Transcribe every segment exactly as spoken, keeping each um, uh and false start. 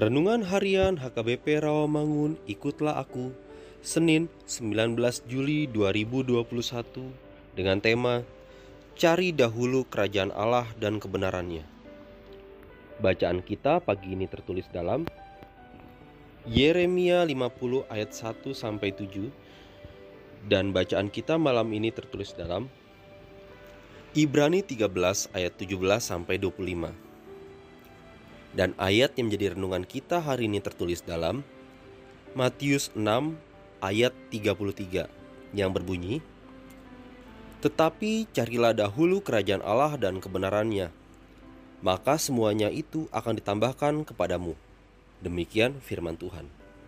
Renungan Harian H K B P Rawamangun, ikutlah aku, Senin sembilan belas Juli dua ribu dua puluh satu, dengan tema Cari dahulu kerajaan Allah dan kebenarannya. Bacaan kita pagi ini tertulis dalam Yeremia lima puluh ayat satu sampai tujuh, dan bacaan kita malam ini tertulis dalam Ibrani tiga belas ayat tujuh belas sampai dua puluh lima. Dan ayat yang menjadi renungan kita hari ini tertulis dalam Matius enam ayat tiga puluh tiga yang berbunyi, "Tetapi carilah dahulu kerajaan Allah dan kebenarannya, maka semuanya itu akan ditambahkan kepadamu." Demikian firman Tuhan.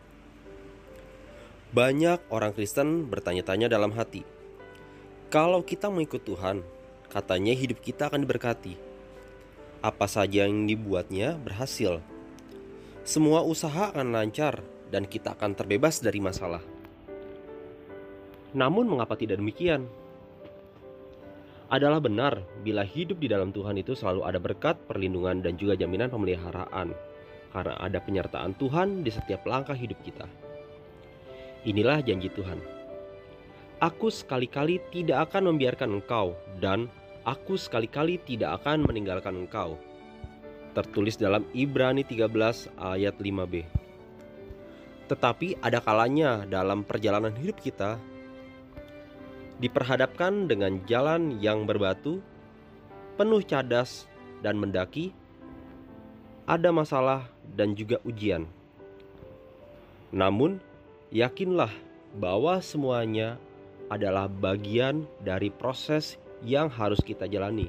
Banyak orang Kristen bertanya-tanya dalam hati, kalau kita mengikut Tuhan, katanya hidup kita akan diberkati. Apa saja yang dibuatnya berhasil. Semua usaha akan lancar dan kita akan terbebas dari masalah. Namun mengapa tidak demikian? Adalah benar bila hidup di dalam Tuhan itu selalu ada berkat, perlindungan, dan juga jaminan pemeliharaan, karena ada penyertaan Tuhan di setiap langkah hidup kita. Inilah janji Tuhan. Aku sekali-kali tidak akan membiarkan engkau, dan Aku sekali-kali tidak akan meninggalkan engkau. Tertulis dalam Ibrani tiga belas ayat lima b. Tetapi ada kalanya dalam perjalanan hidup kita diperhadapkan dengan jalan yang berbatu, penuh cadas dan mendaki, ada masalah dan juga ujian. Namun, yakinlah bahwa semuanya adalah bagian dari proses yang harus kita jalani.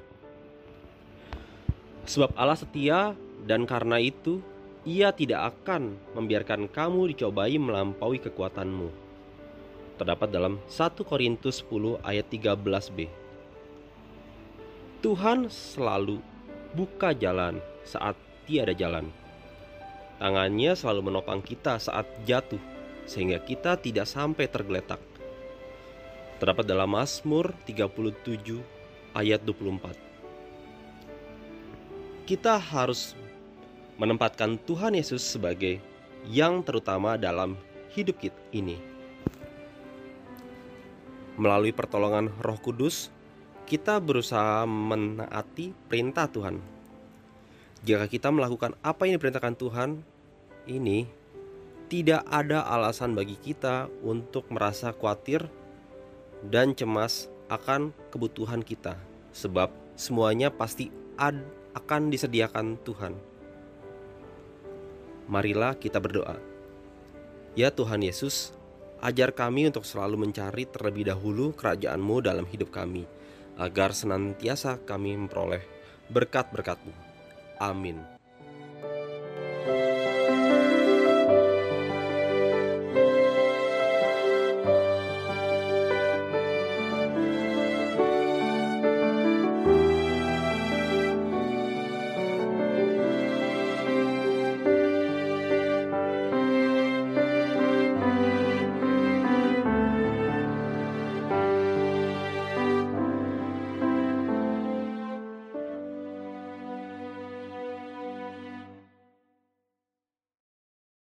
Sebab Allah setia, dan karena itu Ia tidak akan membiarkan kamu dicobai melampaui kekuatanmu. Terdapat dalam satu Korintus sepuluh ayat tiga belas b. Tuhan selalu buka jalan saat tiada jalan. Tangannya selalu menopang kita saat jatuh, sehingga kita tidak sampai tergeletak. Terdapat dalam Mazmur tiga puluh tujuh ayat dua puluh empat. Kita harus menempatkan Tuhan Yesus sebagai yang terutama dalam hidup kita ini. Melalui pertolongan Roh Kudus, kita berusaha menaati perintah Tuhan. Jika kita melakukan apa yang diperintahkan Tuhan ini, tidak ada alasan bagi kita untuk merasa khawatir dan cemas akan kebutuhan kita, sebab semuanya pasti ad, akan disediakan Tuhan. Marilah kita berdoa. Ya Tuhan Yesus, ajar kami untuk selalu mencari terlebih dahulu kerajaan-Mu dalam hidup kami, agar senantiasa kami memperoleh berkat-berkat-Mu. Amin.